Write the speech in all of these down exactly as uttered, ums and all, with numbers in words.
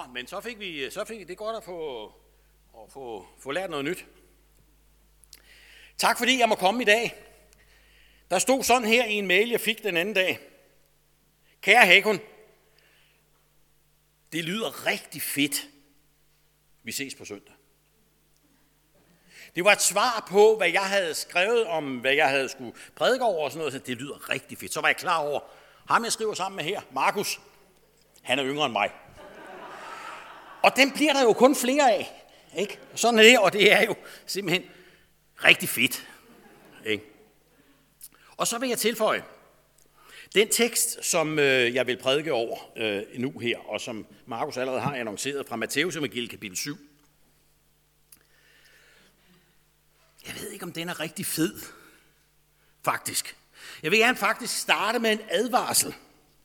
men så fik vi, så fik det godt at få, at få, få lært noget nyt. Tak fordi jeg må komme i dag. Der stod sådan her i en mail, jeg fik den anden dag. Kære Hakon, det lyder rigtig fedt. Vi ses på søndag. Det var et svar på, hvad jeg havde skrevet om, hvad jeg havde skulle prædike over og sådan noget. Så det lyder rigtig fedt. Så var jeg klar over, ham jeg skriver sammen med her, Markus, han er yngre end mig. Og dem bliver der jo kun flere af. Ikke? Sådan er det, og det er jo simpelthen rigtig fedt. Ikke? Og så vil jeg tilføje, den tekst, som øh, jeg vil prædike over øh, nu her, og som Markus allerede har annonceret fra Matteus evangeliet kapitel syv. Jeg ved ikke, om den er rigtig fed, faktisk. Jeg vil gerne faktisk starte med en advarsel.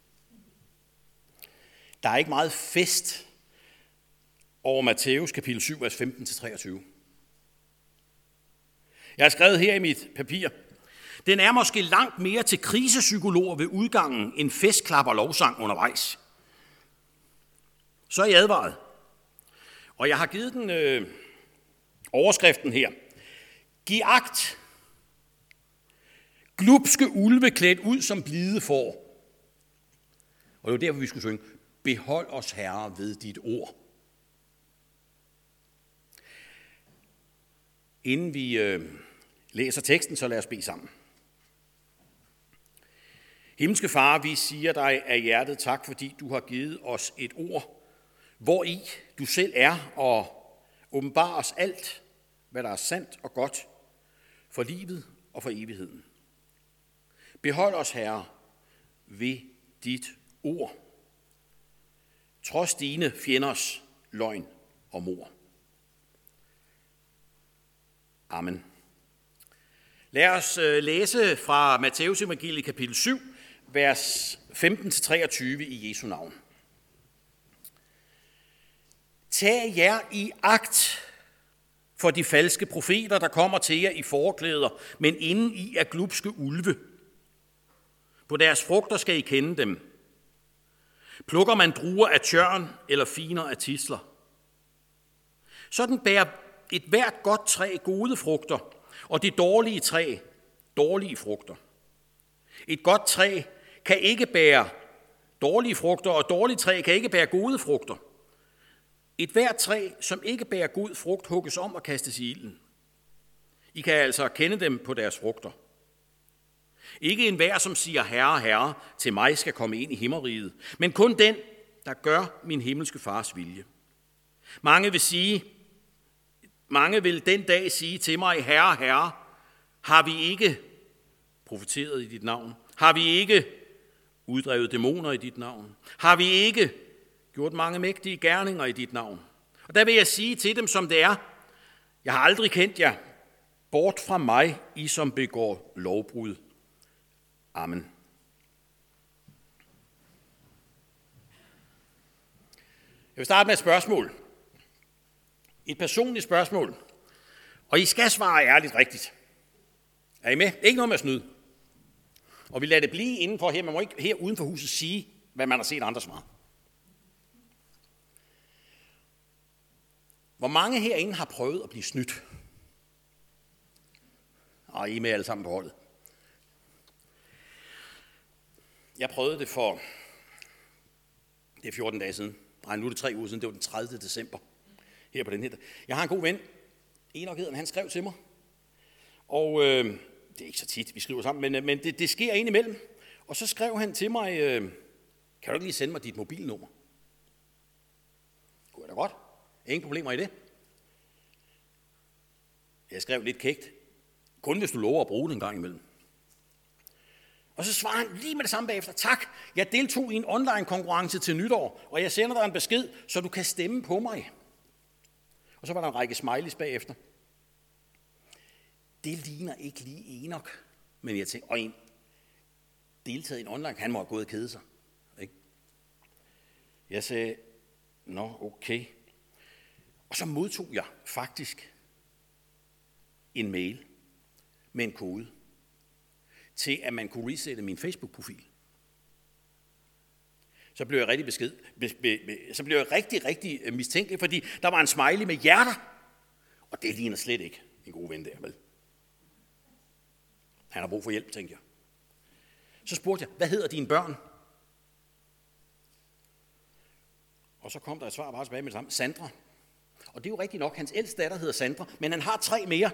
Der er ikke meget fest over Matteus kapitel syv, vers femten til treogtyve. Jeg har skrevet her i mit papir, den er måske langt mere til krisepsykologer ved udgangen end festklap og lovsang undervejs. Så er I advaret. Og jeg har givet den øh, overskriften her. Giv agt. Glupske ulve klædt ud som blide får. Og det var derfor, vi skulle synge. Behold os, Herre, ved dit ord. Inden vi øh, læser teksten, så lad os bede sammen. Himmelske Far, vi siger dig af hjertet tak, fordi du har givet os et ord, hvori du selv er og åbenbarer os alt, hvad der er sandt og godt for livet og for evigheden. Behold os, Herre, ved dit ord, trods dine fjenders løgn og mord. Amen. Lad os læse fra Matteus evangeliet kapitel syv, vers femten til treogtyve i Jesu navn. Tag jer i agt for de falske profeter, der kommer til jer i forklæder, men inden I er glupske ulve. På deres frugter skal I kende dem. Plukker man druer af tjørn eller finer af tisler. Sådan bærer et hvert godt træ gode frugter, og det dårlige træ dårlige frugter. Et godt træ kan ikke bære dårlige frugter, og et dårligt træ kan ikke bære gode frugter. Et hvert træ, som ikke bærer god frugt, hugges om og kastes i ilden. I kan altså kende dem på deres frugter. Ikke enhver, som siger herre, herre, til mig skal komme ind i himmeriget, men kun den, der gør min himmelske fars vilje. Mange vil sige, mange vil den dag sige til mig, herre, herre, har vi ikke profeteret i dit navn? Har vi ikke uddrevet dæmoner i dit navn? Har vi ikke gjort mange mægtige gerninger i dit navn? Og der vil jeg sige til dem, som det er, jeg har aldrig kendt jer. Bort fra mig, I som begår lovbrud. Amen. Jeg vil starte med et spørgsmål. Et personligt spørgsmål. Og I skal svare ærligt rigtigt. Er I med? Ikke noget med at snyde. Og vi lader det blive indenfor her. Man må ikke her uden for huset sige, hvad man har set andre svare. Hvor mange herinde har prøvet at blive snydt? Og I er med alle sammen på holdet. Jeg prøvede det for, det er fjorten dage siden. Nej, nu er det tre uger siden. Det var den tredivte december. Her på den her. Jeg har en god ven. Enoch hedder han, han skrev til mig. Og øh, det er ikke så tit, vi skriver sammen, men, men det, det sker indimellem. Og så skrev han til mig, øh, kan du ikke lige sende mig dit mobilnummer? Kunne jeg da godt. Ingen problemer i det. Jeg skrev lidt kægt. Kun hvis du lover at bruge det en gang imellem. Og så svarer han lige med det samme bagefter. Tak, jeg deltog i en online-konkurrence til nytår, og jeg sender dig en besked, så du kan stemme på mig. Og så var der en række smileys bagefter. Det ligner ikke lige Enoch. Men jeg tænkte, og en deltaget i en online, han må have gået og kede sig. Ikke? Jeg sagde, nå okay. Og så modtog jeg faktisk en mail med en kode til, at man kunne resette min Facebook-profil. så blev jeg rigtig besked, be, be, be, så blev jeg rigtig, rigtig mistænkelig, fordi der var en smiley med hjerter, og det ligner slet ikke en god ven der, vel? Han har brug for hjælp, tænkte jeg. Så spurgte jeg, hvad hedder dine børn? Og så kom der et svar bare tilbage med det samme. Sandra. Og det er jo rigtigt nok, hans ældste datter hedder Sandra, men han har tre mere.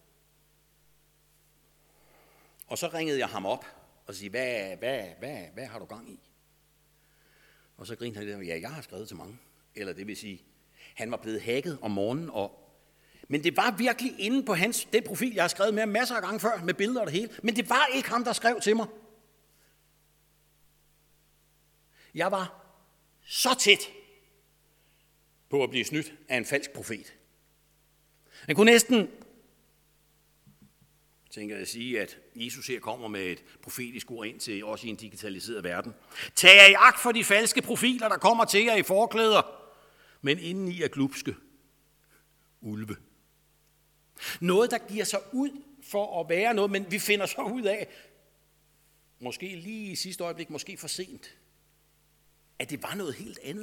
Og så ringede jeg ham op og sagde, hvad, hvad, hvad, hvad har du gang i? Og så grinede han lidt, ja, jeg har skrevet til mange. Eller det vil sige, han var blevet hacket om morgenen. Og... Men det var virkelig inde på hans, den profil, jeg har skrevet med masser af gange før, med billeder og det hele. Men det var ikke ham, der skrev til mig. Jeg var så tæt på at blive snydt af en falsk profet. Han kunne næsten, tænker jeg at sige, at Jesus her kommer med et profetisk ord ind til os i en digitaliseret verden. Tag jer i agt for de falske profiler, der kommer til jer i forklæder, men indeni er glubske ulve. Noget, der giver sig ud for at være noget, men vi finder så ud af, måske lige i sidste øjeblik, måske for sent, at det var noget helt andet.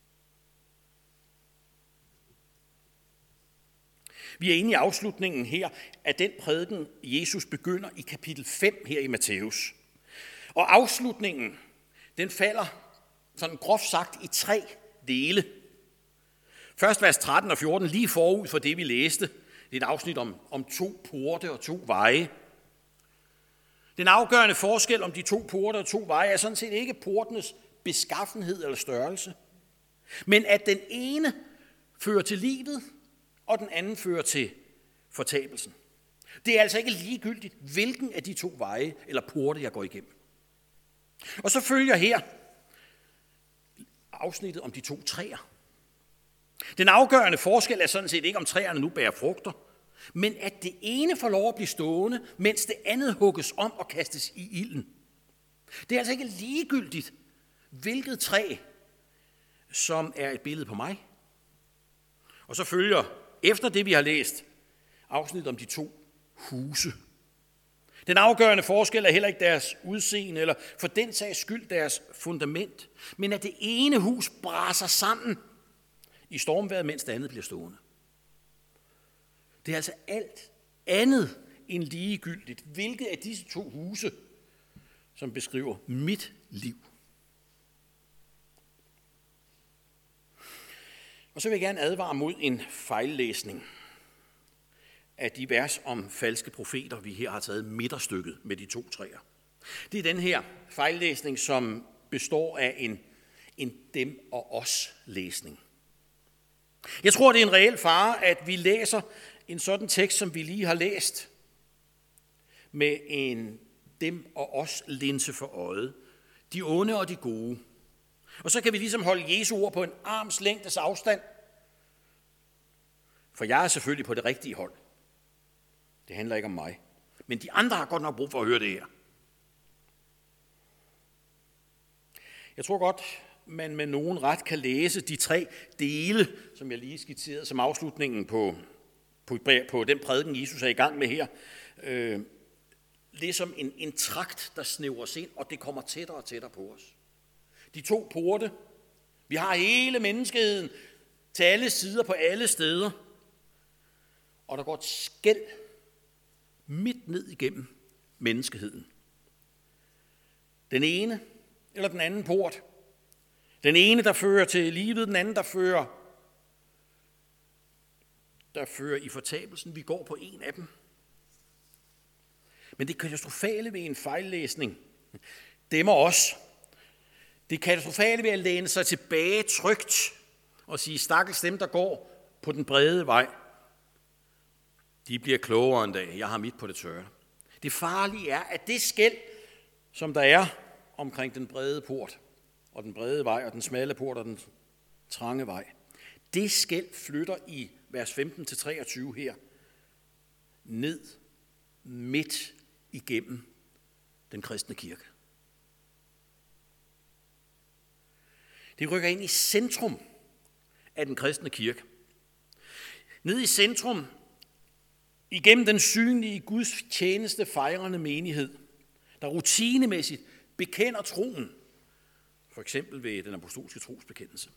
Vi er inde i afslutningen her af den prædiken, Jesus begynder i kapitel fem her i Matthæus. Og afslutningen, den falder sådan groft sagt i tre dele. Først vers tretten og fjorten, lige forud for det, vi læste. Det er et afsnit om, om to porte og to veje. Den afgørende forskel om de to porte og to veje er sådan set ikke portenes beskaffenhed eller størrelse, men at den ene fører til livet, og den anden fører til fortabelsen. Det er altså ikke ligegyldigt, hvilken af de to veje eller porte, jeg går igennem. Og så følger her afsnittet om de to træer. Den afgørende forskel er sådan set ikke, om træerne nu bærer frugter, men at det ene får lov at blive stående, mens det andet hugges om og kastes i ilden. Det er altså ikke ligegyldigt, hvilket træ, som er et billede på mig. Og så følger, efter det vi har læst, afsnit om de to huse. Den afgørende forskel er heller ikke deres udseende, eller for den sags skyld deres fundament, men at det ene hus braser sammen i stormvejret, mens det andet bliver stående. Det er altså alt andet end ligegyldigt, hvilket af disse to huse, som beskriver mit liv. Og så vil jeg gerne advare mod en fejllæsning af de vers om falske profeter, vi her har taget midterstykket med de to træer. Det er den her fejllæsning, som består af en, en dem og os læsning. Jeg tror, det er en reel fare, at vi læser en sådan tekst, som vi lige har læst, med en dem og os linse for øjet. De onde og de gode. Og så kan vi ligesom holde Jesu ord på en arms længdes afstand. For jeg er selvfølgelig på det rigtige hold. Det handler ikke om mig. Men de andre har godt nok brug for at høre det her. Jeg tror godt, man med nogen ret kan læse de tre dele, som jeg lige skitserede som afslutningen på, på, på den prædiken, Jesus er i gang med her. Øh, det er som en, en tragt, der snævres ind, og det kommer tættere og tættere på os. De to porte. Vi har hele menneskeheden til alle sider på alle steder. Og der går et skel midt ned igennem menneskeheden. Den ene eller den anden port. Den ene, der fører til livet, den anden, der fører, der fører i fortabelsen. Vi går på en af dem. Men det katastrofale ved en fejllæsning, dæmmer os. Det katastrofale ved at læne sig tilbage trygt og sige, stakkels dem, der går på den brede vej. De bliver klogere en dag. Jeg har mit på det tørre. Det farlige er, at det skel, som der er omkring den brede port, og den brede vej, og den smalle port, og den trange vej, det skel flytter i vers femten til treogtyve her, ned midt igennem den kristne kirke. Det rykker ind i centrum af den kristne kirke. Ned i centrum, igennem den synlige Guds tjeneste fejrende menighed, der rutinemæssigt bekender troen For eksempel ved den apostolske trosbekendelse.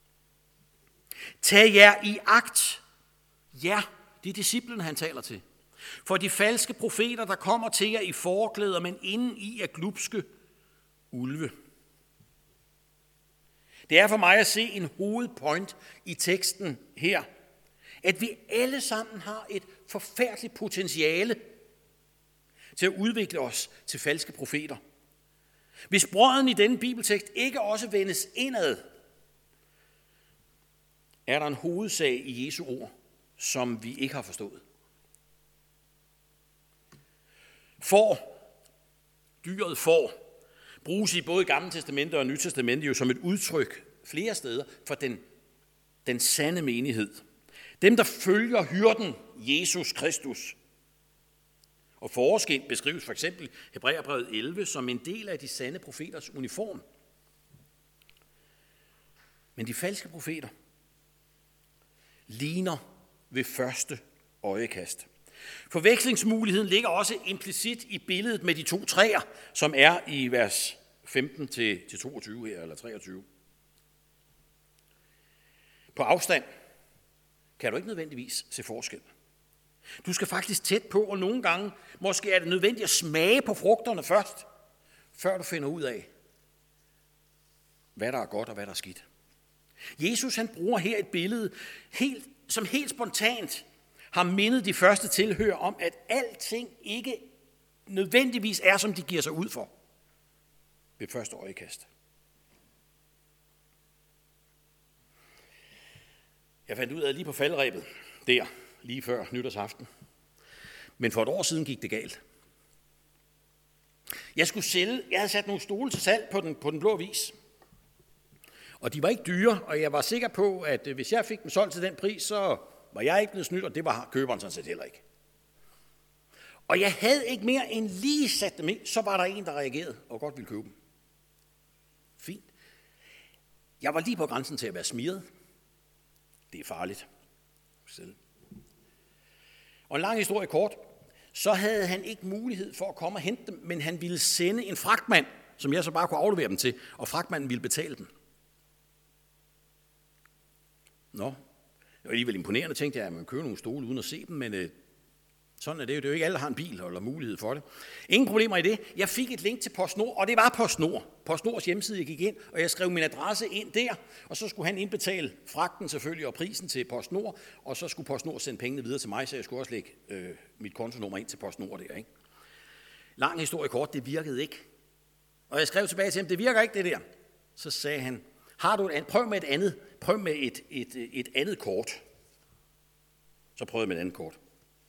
Tag jer i agt. Ja, det er disciplene, han taler til. For de falske profeter, der kommer til jer i forklæder, men inden i er glubske ulve. Det er for mig at se en hovedpoint i teksten her, at vi alle sammen har et forfærdeligt potentiale til at udvikle os til falske profeter. Hvis brøden i denne bibeltekst ikke også vendes indad, er der en hovedsag i Jesu ord, som vi ikke har forstået. Får, dyret får, bruges i både Gamle Testamente og Nye Testamente jo som et udtryk flere steder for den, den sande menighed. Dem, der følger hyrden Jesus Kristus. Og foreskin beskrives for eksempel Hebræerbrevet elleve som en del af de sande profeters uniform. Men de falske profeter ligner ved første øjekast. Forvekslingsmuligheden ligger også implicit i billedet med de to træer, som er i vers femten til toogtyve her, eller treogtyve. På afstand kan du ikke nødvendigvis se forskel. Du skal faktisk tæt på, og nogle gange måske er det nødvendigt at smage på frugterne først, før du finder ud af, hvad der er godt og hvad der er skidt. Jesus han bruger her et billede, helt, som helt spontant har mindet de første tilhører om, at alting ikke nødvendigvis er, som de giver sig ud for ved første øjekast. Jeg fandt ud af lige på faldrebet, der, lige før nytårsaften. Men for et år siden gik det galt. Jeg skulle sælge, jeg havde sat nogle stole til salg på den, på den blå vis. Og de var ikke dyre, og jeg var sikker på, at hvis jeg fik dem solgt til den pris, så var jeg ikke blevet snydt, og det var køberen sådan set heller ikke. Og jeg havde ikke mere end lige sat dem ind, så var der en, der reagerede og godt ville købe dem. Fint. Jeg var lige på grænsen til at være smiret. Det er farligt. Og en lang historie kort, så havde han ikke mulighed for at komme og hente dem, men han ville sende en fragtmand, som jeg så bare kunne aflevere dem til, og fragtmanden ville betale dem. Nå, det var alligevel imponerende, tænkte jeg, at man køber nogle stole uden at se dem, men øh, sådan er det jo. Det er jo ikke alle, der har en bil eller mulighed for det. Ingen problemer i det. Jeg fik et link til PostNord, og det var PostNord. PostNords hjemmeside, jeg gik ind, og jeg skrev min adresse ind der, og så skulle han indbetale fragten selvfølgelig og prisen til PostNord, og så skulle PostNord sende pengene videre til mig, så jeg skulle også lægge øh, mit kontonummer ind til PostNord der. Ikke? Lang historie kort, det virkede ikke. Og jeg skrev tilbage til ham, det virker ikke det der. Så sagde han, har du et andet? Prøv med et andet, prøv med et, et, et andet kort. Så prøvede jeg med et andet kort.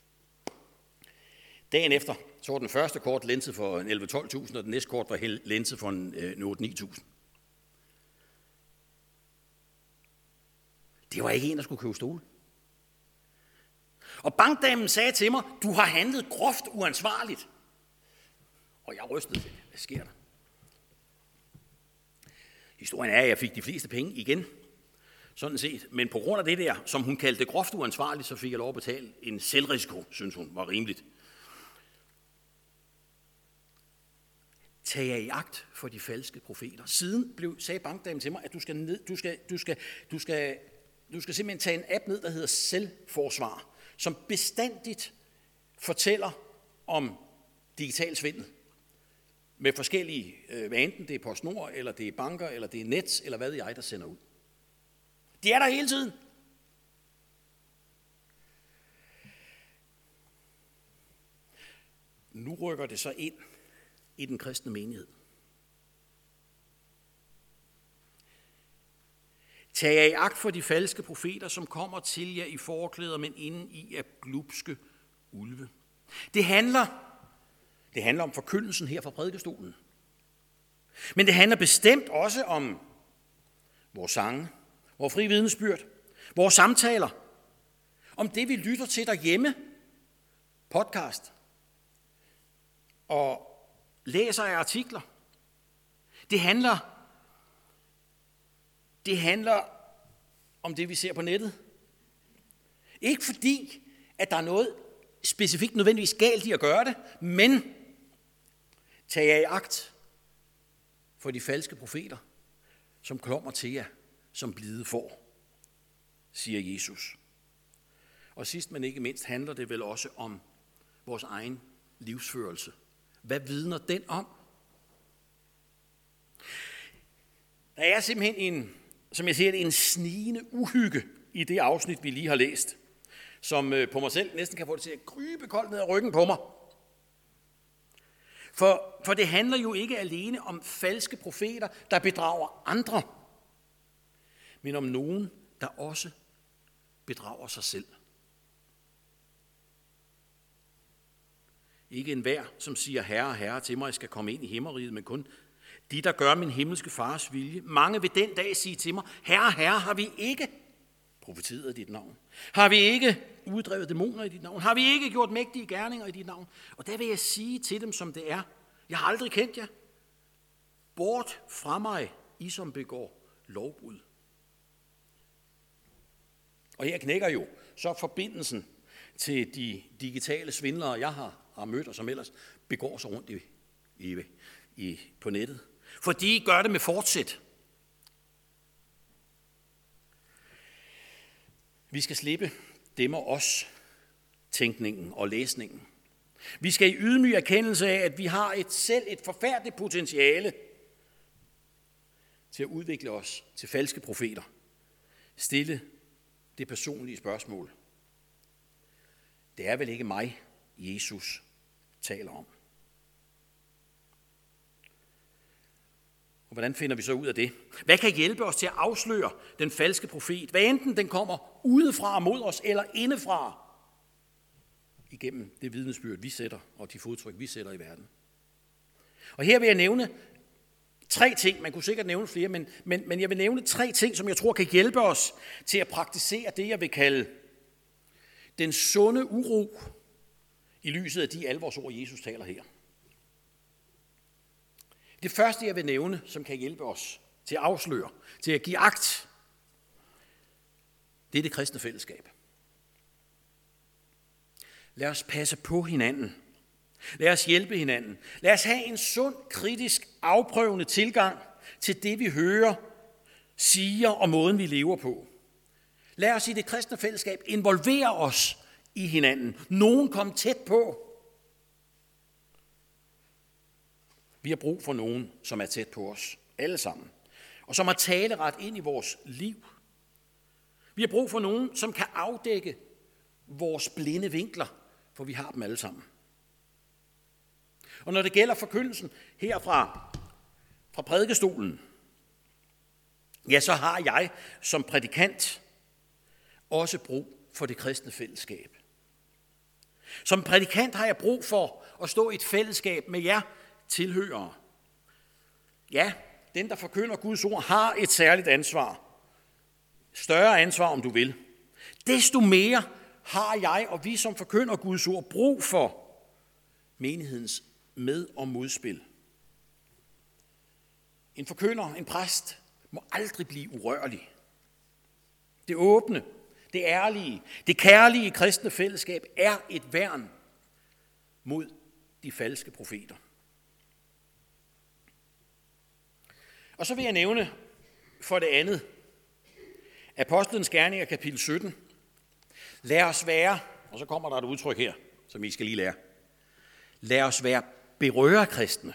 Dagen efter, så var den første kort lænset for elleve til tolv tusind, og den næste kort var lænset for en otte til ni tusind. Det var ikke en, der skulle købe stole. Og bankdamen sagde til mig, du har handlet groft uansvarligt. Og jeg rystede til, hvad sker der? Historien er, at jeg fik de fleste penge igen, sådan set. Men på grund af det der, som hun kaldte det groft uansvarligt, så fik jeg lov at betale en selvrisiko, synes hun var rimeligt. Tag jer i agt for de falske profeter. Siden blev, sagde bankdamen til mig, at du skal, ned, du, skal, du, skal, du, skal, du skal simpelthen tage en app ned, der hedder Selvforsvar, som bestandigt fortæller om digital svindel. Med forskellige, hvad enten det er PostNord, eller det er banker, eller det er Nets, eller hvad jeg, der sender ud. De er der hele tiden. Nu rykker det så ind i den kristne menighed. Tag jer i agt for de falske profeter, som kommer til jer i forklæder, men inden i er glubske ulve. Det handler, det handler om forkyndelsen her fra prædikestolen. Men det handler bestemt også om vores sange, vores frie vidnesbyrd, vores samtaler, om det vi lytter til derhjemme, podcast og læser af artikler. Det handler, det handler om det, vi ser på nettet. Ikke fordi, at der er noget specifikt nødvendigvis galt i at gøre det, men tag jer i agt for de falske profeter, som kommer til jer som blide får, siger Jesus. Og sidst men ikke mindst handler det vel også om vores egen livsførelse. Hvad vidner den om? Der er simpelthen en, som jeg siger det, en snigende uhygge i det afsnit, vi lige har læst, som på mig selv næsten kan få det til at krybe koldt ned ad ryggen på mig. For, for det handler jo ikke alene om falske profeter, der bedrager andre, men om nogen, der også bedrager sig selv. Ikke enhver, som siger herre, herre til mig, skal komme ind i himmeriget, men kun de, der gør min himmelske fars vilje. Mange vil den dag sige til mig, herre, herre, har vi ikke profetiet i dit navn? Har vi ikke uddrevet dæmoner i dit navn? Har vi ikke gjort mægtige gerninger i dit navn? Og der vil jeg sige til dem, som det er, jeg har aldrig kendt jer. Bort fra mig, I som begår lovbrud. Og her knækker jo så forbindelsen til de digitale svindlere, jeg har, har mødt, og som ellers begår sig rundt i, i, i, på nettet. For de gør det med fortsæt. Vi skal slippe dem og os tænkningen og læsningen. Vi skal i ydmyg erkendelse af, at vi har et selv et forfærdeligt potentiale til at udvikle os til falske profeter. Stille det personlige spørgsmål. Det er vel ikke mig, Jesus taler om. Og hvordan finder vi så ud af det? Hvad kan hjælpe os til at afsløre den falske profet? Hvad enten den kommer udefra mod os eller indefra, igennem det vidnesbyrd, vi sætter, og de fodtryk, vi sætter i verden. Og her vil jeg nævne tre ting. Man kunne sikkert nævne flere, men, men, men jeg vil nævne tre ting, som jeg tror kan hjælpe os til at praktisere det, jeg vil kalde den sunde uro i lyset af de alvorsord, Jesus taler her. Det første, jeg vil nævne, som kan hjælpe os til at afsløre, til at give agt, det er det kristne fællesskab. Lad os passe på hinanden. Lad os hjælpe hinanden. Lad os have en sund, kritisk, afprøvende tilgang til det, vi hører, siger og måden, vi lever på. Lad os i det kristne fællesskab involvere os i hinanden. Nogen kom tæt på. Vi har brug for nogen, som er tæt på os, alle sammen, og som har taleret ind i vores liv. Vi har brug for nogen, som kan afdække vores blinde vinkler, for vi har dem alle sammen. Og når det gælder forkyndelsen herfra, fra prædikestolen, ja, så har jeg som prædikant også brug for det kristne fællesskab. Som prædikant har jeg brug for at stå i et fællesskab med jer tilhørere. Ja, den, der forkynder Guds ord, har et særligt ansvar. Større ansvar, om du vil. Desto mere har jeg og vi, som forkynder Guds ord, brug for menighedens med- og modspil. En forkynder, en præst, må aldrig blive urørlig. Det åbne, det ærlige, det kærlige kristne fællesskab er et værn mod de falske profeter. Og så vil jeg nævne for det andet, Apostlenes Gerninger, kapitel sytten. Lad os være, og så kommer der et udtryk her, som I skal lige lære. Lad os være berørerkristne.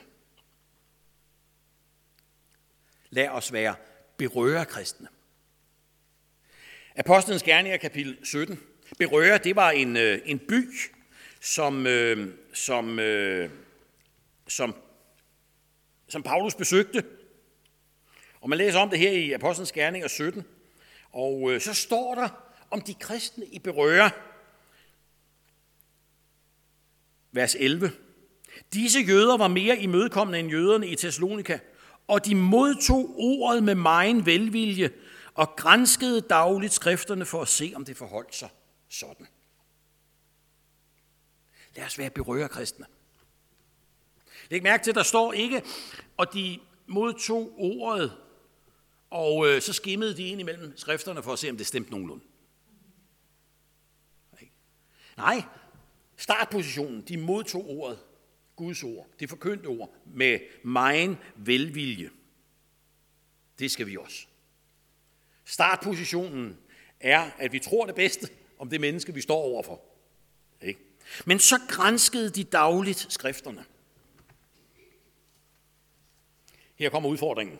Lad os være berørerkristne. Apostlenes Gerninger, kapitel sytten. Berøre, det var en, en by, som, som, som, som Paulus besøgte. Og man læser om det her i Apostlenes Gerninger sytten. Og så står der om de kristne i Berøre. Vers elleve. Disse jøder var mere imødekommende end jøderne i Thessalonika, og de modtog ordet med megen velvilje og granskede dagligt skrifterne for at se, om det forholdt sig sådan. Lad os være berørerkristne. Læg mærke til, at der står ikke, og de modtog ordet, og øh, så skimmede de ind imellem skrifterne for at se, om det stemte nogenlunde. Nej, startpositionen, de modtog ordet, Guds ord, det forkyndte ord, med megen velvilje. det skal vi også. Startpositionen er, at vi tror det bedste om det menneske, vi står overfor. Ikke? Men så granskede de dagligt skrifterne. Her kommer udfordringen.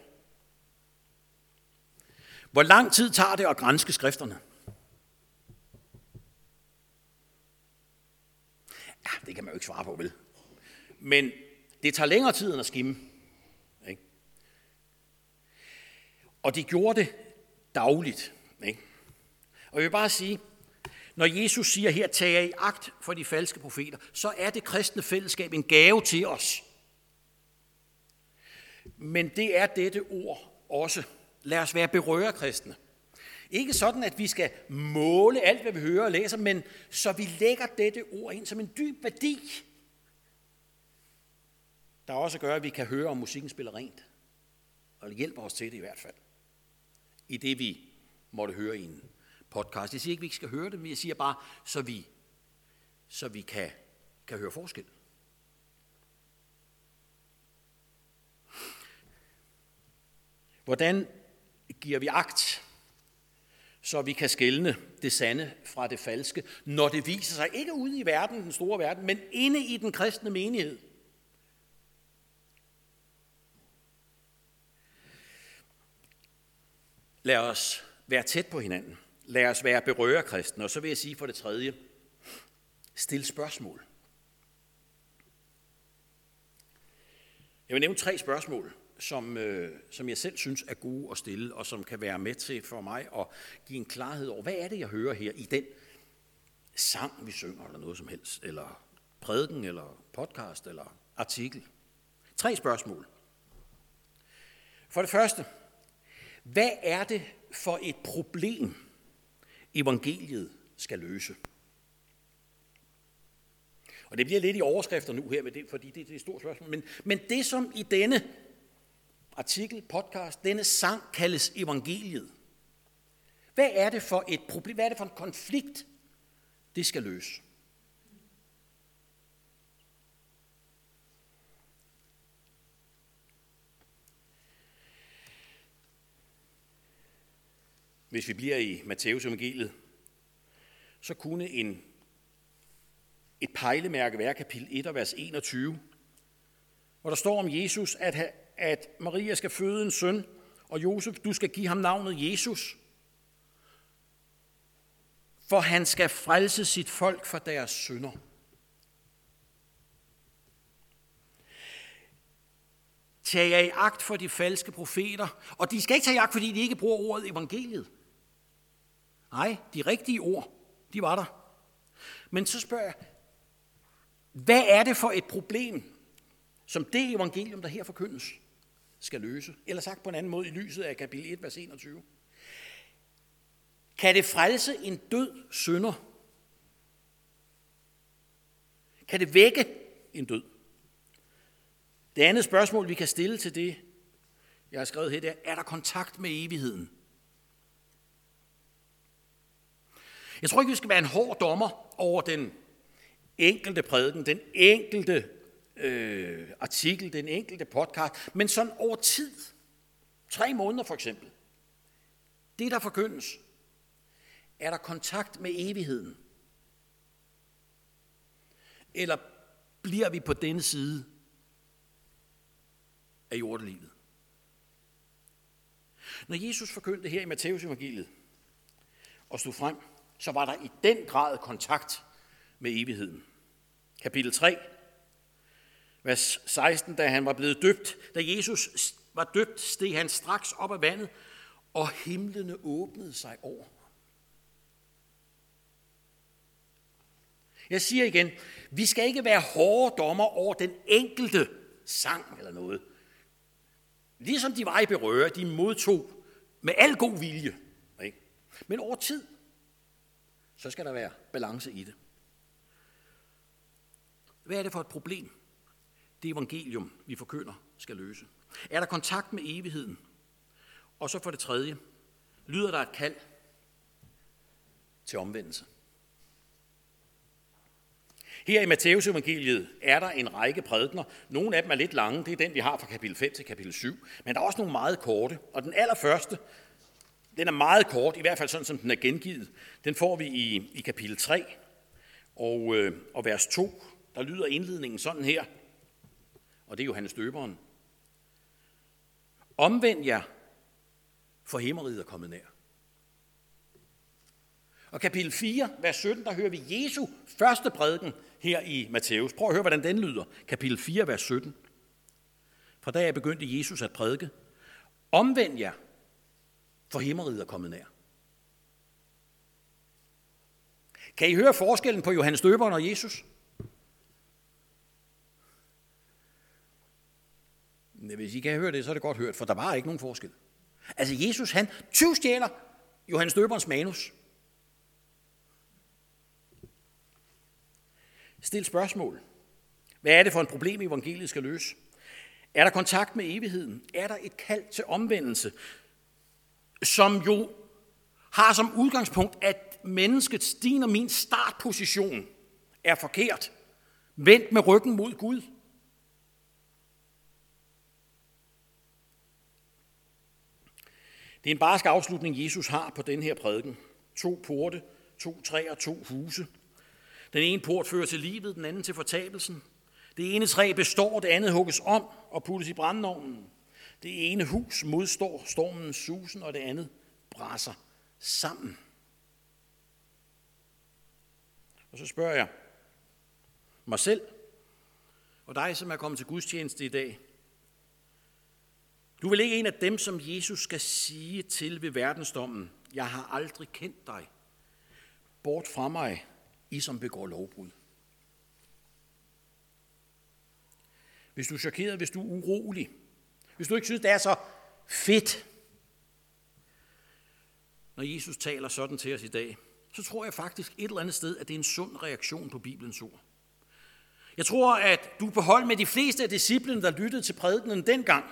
Hvor lang tid tager det at granske skrifterne? Ja, det kan man jo ikke svare på, vel? Men det tager længere tid end at skimme. Ikke? Og de gjorde det dagligt. Ikke? Og jeg vil bare sige, når Jesus siger her, tag jer i agt for de falske profeter, så er det kristne fællesskab en gave til os. Men det er dette ord også. Lad os være berørerkristne. Ikke sådan, at vi skal måle alt, hvad vi hører og læser, men så vi lægger dette ord ind som en dyb værdi, der også gør, at vi kan høre, om musikken spiller rent. Og det hjælper os til det i hvert fald. I det, vi måtte høre i en podcast. Jeg siger ikke, at vi ikke skal høre det, men jeg siger bare, så vi, så vi kan, kan høre forskel. Hvordan giver vi agt, så vi kan skelne det sande fra det falske, når det viser sig ikke ude i verden, den store verden, men inde i den kristne menighed? Lad os være tæt på hinanden. Lad os være berørerkristne. Og så vil jeg sige for det tredje, stil spørgsmål. Jeg vil nævne tre spørgsmål, som, øh, som jeg selv synes er gode at stille, og som kan være med til for mig at give en klarhed over, hvad er det, jeg hører her i den sang, vi synger, eller noget som helst, eller prædiken, eller podcast, eller artikel. Tre spørgsmål. For det første, hvad er det for et problem, evangeliet skal løse? Og det bliver lidt i overskrifter nu her, med det, fordi det er et stort spørgsmål. Men, men det, som i denne artikel, podcast, denne sang kaldes evangeliet. Hvad er det for et problem? Hvad er det for en konflikt, det skal løse? Hvis vi bliver i Matteus evangeliet, så kunne en, et pejlemærke være kapitel et og vers enogtyve, hvor der står om Jesus, at, at Maria skal føde en søn, og Josef, du skal give ham navnet Jesus, for han skal frelse sit folk fra deres synder. Tag jer i agt for de falske profeter, og de skal ikke tage i agt, fordi de ikke bruger ordet evangeliet. Nej, de rigtige ord, de var der. Men så spørger jeg, hvad er det for et problem, som det evangelium, der her forkyndes, skal løse? Eller sagt på en anden måde i lyset af kapitel et, vers enogtyve. Kan det frelse en død synder? Kan det vække en død? Det andet spørgsmål, vi kan stille til det, jeg har skrevet her, det er, er der kontakt med evigheden? Jeg tror ikke, vi skal være en hård dommer over den enkelte prædiken, den enkelte øh, artikel, den enkelte podcast, men sådan over tid, tre måneder for eksempel, det der forkyndes, er der kontakt med evigheden? Eller bliver vi på denne side af jordelivet? Når Jesus forkyndte her i Matteus evangeliet og stod frem, så var der i den grad kontakt med evigheden. Kapitel tre, vers seksten, da han var blevet døbt, da Jesus var døbt, steg han straks op af vandet, og himlene åbnede sig over. Jeg siger igen, vi skal ikke være hårde dommer over den enkelte sang eller noget. Ligesom de var i berøre, de modtog med al god vilje. Ikke? Men over tid, så skal der være balance i det. Hvad er det for et problem, det evangelium, vi forkynder, skal løse? Er der kontakt med evigheden? Og så for det tredje, lyder der et kald til omvendelse. Her i Matteus evangeliet er der en række prædikener. Nogle af dem er lidt lange, det er den, vi har fra kapitel fem til kapitel syv. Men der er også nogle meget korte, og den allerførste, den er meget kort, i hvert fald sådan, som den er gengivet. Den får vi i, i kapitel tre og, øh, og vers to. Der lyder indledningen sådan her, og det er Johannes Døberen. Omvend jer, for himmeriget er kommet nær. Og kapitel fire, vers sytten, der hører vi Jesu første prædiken her i Matteus. Prøv at høre, hvordan den lyder. Kapitel fire, vers sytten. Fra da af begyndte Jesus at prædike. Omvend jer, for himmeriget er kommet nær. Kan I høre forskellen på Johannes Døberen og Jesus? Hvis I kan høre det, så er det godt hørt, for der var ikke nogen forskel. Altså Jesus, han tyvstjæler Johannes Døberens manus. Stil spørgsmål. Hvad er det for et problem, evangeliet skal løse? Er der kontakt med evigheden? Er der et kald til omvendelse, som jo har som udgangspunkt, at menneskets, din og min startposition er forkert, vendt med ryggen mod Gud? Det er en barsk afslutning, Jesus har på den her prædiken. To porte, to træer og to huse. Den ene port fører til livet, den anden til fortabelsen. Det ene træ består, det andet hugges om og puttes i brændeovnen. Det ene hus modstår stormens susen, og det andet braser sammen. Og så spørger jeg mig selv og dig, som er kommet til gudstjeneste i dag. Du er vel ikke en af dem, som Jesus skal sige til ved verdensdommen, jeg har aldrig kendt dig. Bort fra mig, I som begår lovbrud. Hvis du er chokeret, hvis du er urolig, hvis du ikke synes, det er så fedt, når Jesus taler sådan til os i dag, så tror jeg faktisk et eller andet sted, at det er en sund reaktion på Bibelens ord. Jeg tror, at du er på hold med de fleste af disciplene, der lyttede til prædikenen dengang.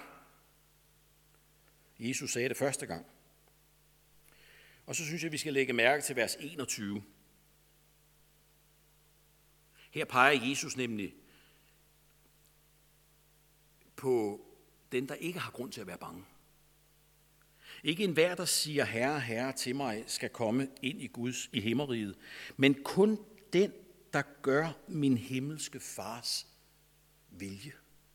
Jesus sagde det første gang. Og så synes jeg, vi skal lægge mærke til vers enogtyve. Her peger Jesus nemlig på den, der ikke har grund til at være bange. Ikke enhver, der siger, Herre, Herre til mig, skal komme ind i Guds, i himmeriget, men kun den, der gør min himmelske fars vilje.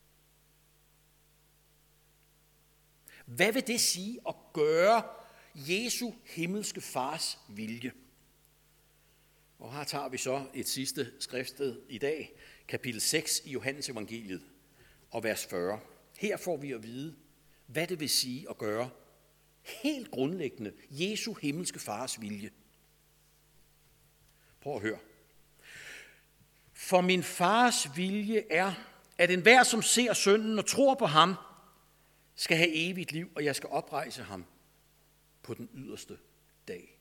Hvad vil det sige at gøre Jesu himmelske fars vilje? Og her tager vi så et sidste skriftsted i dag, kapitel seks i Johannes evangeliet og vers fyrre. Her får vi at vide, hvad det vil sige at gøre helt grundlæggende Jesu himmelske fars vilje. Prøv at høre. For min fars vilje er, at enhver, som ser sønnen og tror på ham, skal have evigt liv, og jeg skal oprejse ham på den yderste dag.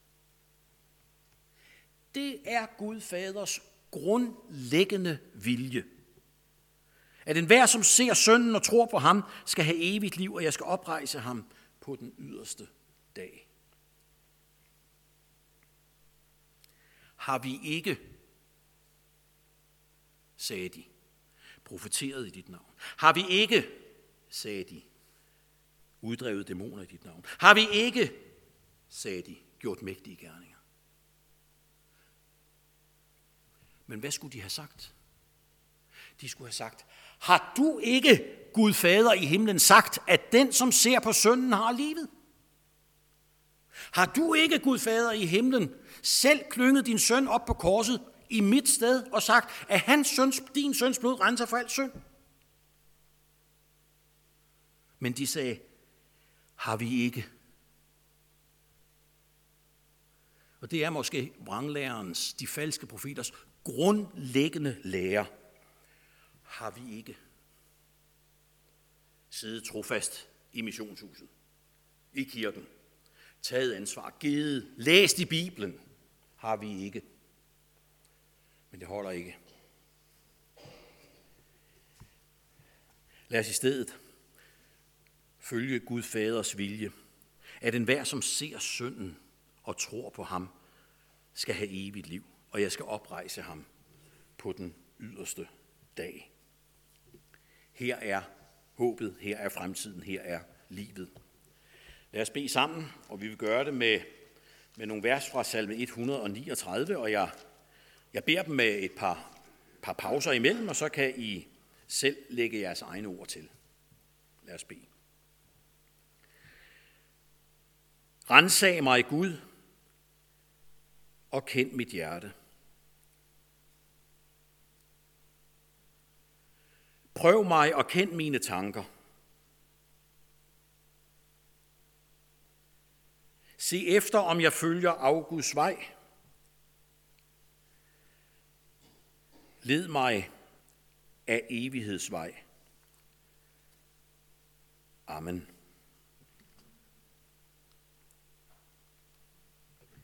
Det er Gud Faders grundlæggende vilje. At enhver, som ser sønnen og tror på ham, skal have evigt liv, og jeg skal oprejse ham på den yderste dag. Har vi ikke, sagde de, profeteret i dit navn? Har vi ikke, sagde de, uddrevet dæmoner i dit navn? Har vi ikke, sagde de, gjort mægtige gerninger? Men hvad skulle de have sagt? De skulle have sagt, har du ikke, Gud Fader i himlen, sagt, at den, som ser på sønnen, har livet? Har du ikke, Gud Fader i himlen, selv klynget din søn op på korset i mit sted og sagt, at hans søns, din søns blod renser for alt synd? Men de sagde, har vi ikke? Og det er måske vranglærerens, de falske profeters grundlæggende lære. Har vi ikke siddet trofast i missionshuset, i kirken, taget ansvar, givet, læst i Bibelen? Har vi ikke. Men det holder ikke. Lad os i stedet følge Gud Faders vilje, at enhver, som ser sønnen og tror på ham, skal have evigt liv, og jeg skal oprejse ham på den yderste dag. Her er håbet, her er fremtiden, her er livet. Lad os bede sammen, og vi vil gøre det med, med nogle vers fra salme et hundrede niogtredive, og jeg, jeg beder dem med et par, par pauser imellem, og så kan I selv lægge jeres egne ord til. Lad os bede. Ransag mig, Gud, og kend mit hjerte. Prøv mig og kend mine tanker. Se efter, om jeg følger afguds vej. Led mig af evighedsvej. Amen.